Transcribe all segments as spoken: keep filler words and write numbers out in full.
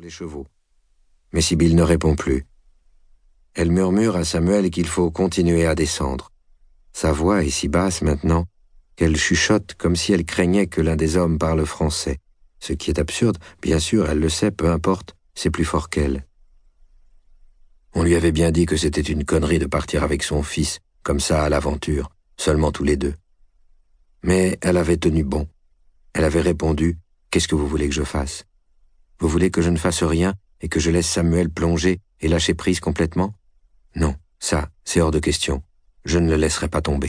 les chevaux. Mais Sibylle ne répond plus. Elle murmure à Samuel qu'il faut continuer à descendre. Sa voix est si basse maintenant qu'elle chuchote comme si elle craignait que l'un des hommes parle français. Ce qui est absurde, bien sûr, elle le sait, peu importe, c'est plus fort qu'elle. On lui avait bien dit que c'était une connerie de partir avec son fils, comme ça à l'aventure, seulement tous les deux. Mais elle avait tenu bon. Elle avait répondu « Qu'est-ce que vous voulez que je fasse ? Vous voulez que je ne fasse rien et que je laisse Samuel plonger et lâcher prise complètement ? Non, ça, c'est hors de question. Je ne le laisserai pas tomber. »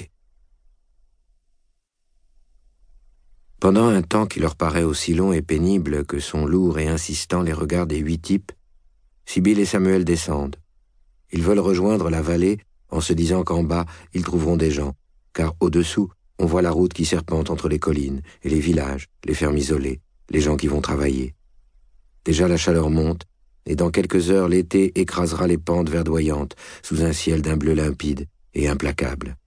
Pendant un temps qui leur paraît aussi long et pénible que sont lourds et insistants les regards des huit types, Sibylle et Samuel descendent. Ils veulent rejoindre la vallée en se disant qu'en bas, ils trouveront des gens, car au-dessous, on voit la route qui serpente entre les collines et les villages, les fermes isolées, les gens qui vont travailler. Déjà la chaleur monte, et dans quelques heures l'été écrasera les pentes verdoyantes sous un ciel d'un bleu limpide et implacable.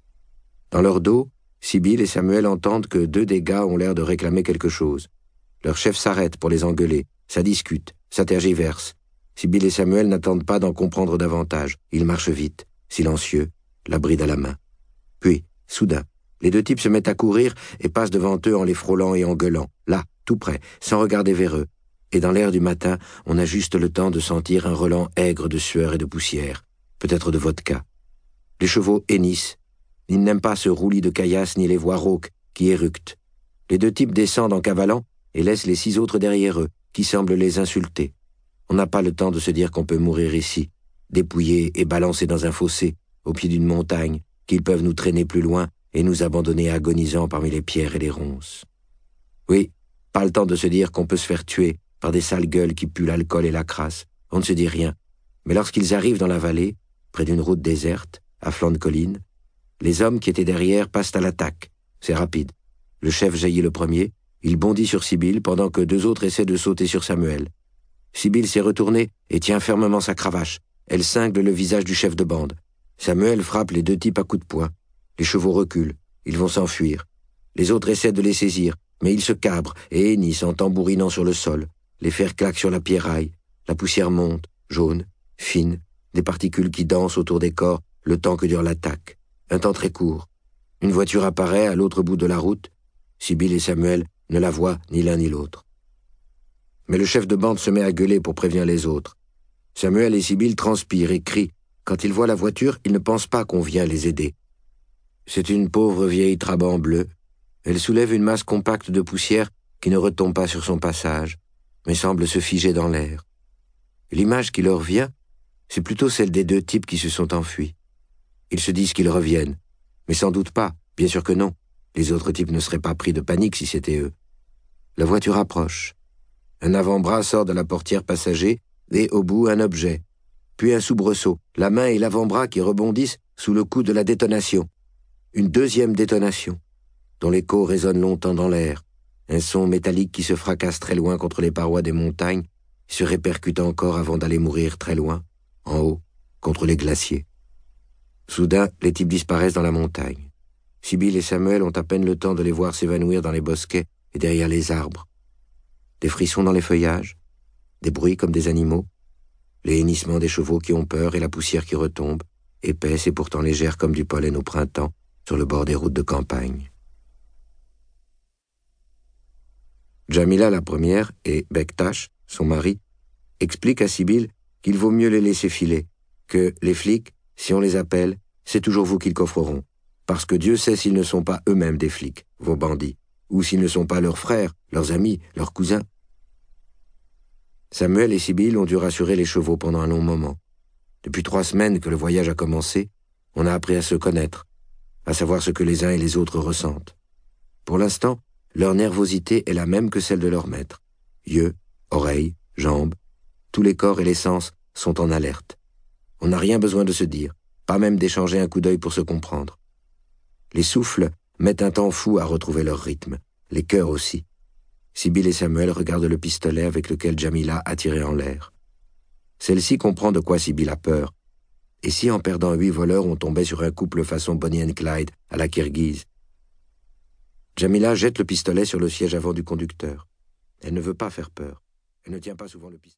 Dans leur dos, Sibylle et Samuel entendent que deux des gars ont l'air de réclamer quelque chose. Leur chef s'arrête pour les engueuler, ça discute, ça tergiverse. Sibylle et Samuel n'attendent pas d'en comprendre davantage. Ils marchent vite, silencieux, la bride à la main. Puis, soudain, les deux types se mettent à courir et passent devant eux en les frôlant et en gueulant, là, tout près, sans regarder vers eux. Et dans l'air du matin, on a juste le temps de sentir un relent aigre de sueur et de poussière, peut-être de vodka. Les chevaux hennissent. Ils n'aiment pas ce roulis de caillasse ni les voix rauques qui éructent. Les deux types descendent en cavalant et laissent les six autres derrière eux, qui semblent les insulter. On n'a pas le temps de se dire qu'on peut mourir ici, dépouillés et balancés dans un fossé, au pied d'une montagne, qu'ils peuvent nous traîner plus loin et nous abandonner agonisants parmi les pierres et les ronces. Oui, pas le temps de se dire qu'on peut se faire tuer par des sales gueules qui puent l'alcool et la crasse. On ne se dit rien. Mais lorsqu'ils arrivent dans la vallée, près d'une route déserte, à flanc de colline, les hommes qui étaient derrière passent à l'attaque. C'est rapide. Le chef jaillit le premier, il bondit sur Sibylle pendant que deux autres essaient de sauter sur Samuel. Sibylle s'est retournée et tient fermement sa cravache. Elle cingle le visage du chef de bande. Samuel frappe les deux types à coups de poing. Les chevaux reculent. Ils vont s'enfuir. Les autres essaient de les saisir, mais ils se cabrent et hennissent en tambourinant sur le sol. Les fers claquent sur la pierraille. La poussière monte, jaune, fine, des particules qui dansent autour des corps le temps que dure l'attaque. Un temps très court. Une voiture apparaît à l'autre bout de la route. Sibylle et Samuel ne la voient ni l'un ni l'autre. Mais le chef de bande se met à gueuler pour prévenir les autres. Samuel et Sibylle transpirent et crient. Quand ils voient la voiture, ils ne pensent pas qu'on vient les aider. C'est une pauvre vieille Trabant bleue. Elle soulève une masse compacte de poussière qui ne retombe pas sur son passage, mais semble se figer dans l'air. L'image qui leur vient, c'est plutôt celle des deux types qui se sont enfuis. Ils se disent qu'ils reviennent, mais sans doute pas, bien sûr que non. Les autres types ne seraient pas pris de panique si c'était eux. La voiture approche. Un avant-bras sort de la portière passager et au bout un objet. Puis un soubresaut, la main et l'avant-bras qui rebondissent sous le coup de la détonation. Une deuxième détonation, dont l'écho résonne longtemps dans l'air. Un son métallique qui se fracasse très loin contre les parois des montagnes, se répercute encore avant d'aller mourir très loin, en haut, contre les glaciers. Soudain, les types disparaissent dans la montagne. Sibylle et Samuel ont à peine le temps de les voir s'évanouir dans les bosquets et derrière les arbres. Des frissons dans les feuillages, des bruits comme des animaux, les hennissements des chevaux qui ont peur et la poussière qui retombe, épaisse et pourtant légère comme du pollen au printemps, sur le bord des routes de campagne. Jamila, la première, et Bektash, son mari, expliquent à Sibylle qu'il vaut mieux les laisser filer, que les flics, si on les appelle, c'est toujours vous qu'ils coffreront, parce que Dieu sait s'ils ne sont pas eux-mêmes des flics, vos bandits, ou s'ils ne sont pas leurs frères, leurs amis, leurs cousins. Samuel et Sibylle ont dû rassurer les chevaux pendant un long moment. Depuis trois semaines que le voyage a commencé, on a appris à se connaître, à savoir ce que les uns et les autres ressentent. Pour l'instant, leur nervosité est la même que celle de leur maître. Yeux, oreilles, jambes, tous les corps et les sens sont en alerte. On n'a rien besoin de se dire, pas même d'échanger un coup d'œil pour se comprendre. Les souffles mettent un temps fou à retrouver leur rythme, les cœurs aussi. Sibylle et Samuel regardent le pistolet avec lequel Jamila a tiré en l'air. Celle-ci comprend de quoi Sibylle a peur. Et si en perdant huit voleurs on tombait sur un couple façon Bonnie and Clyde à la Kirghize? Jamila jette le pistolet sur le siège avant du conducteur. Elle ne veut pas faire peur. Elle ne tient pas souvent le pistolet.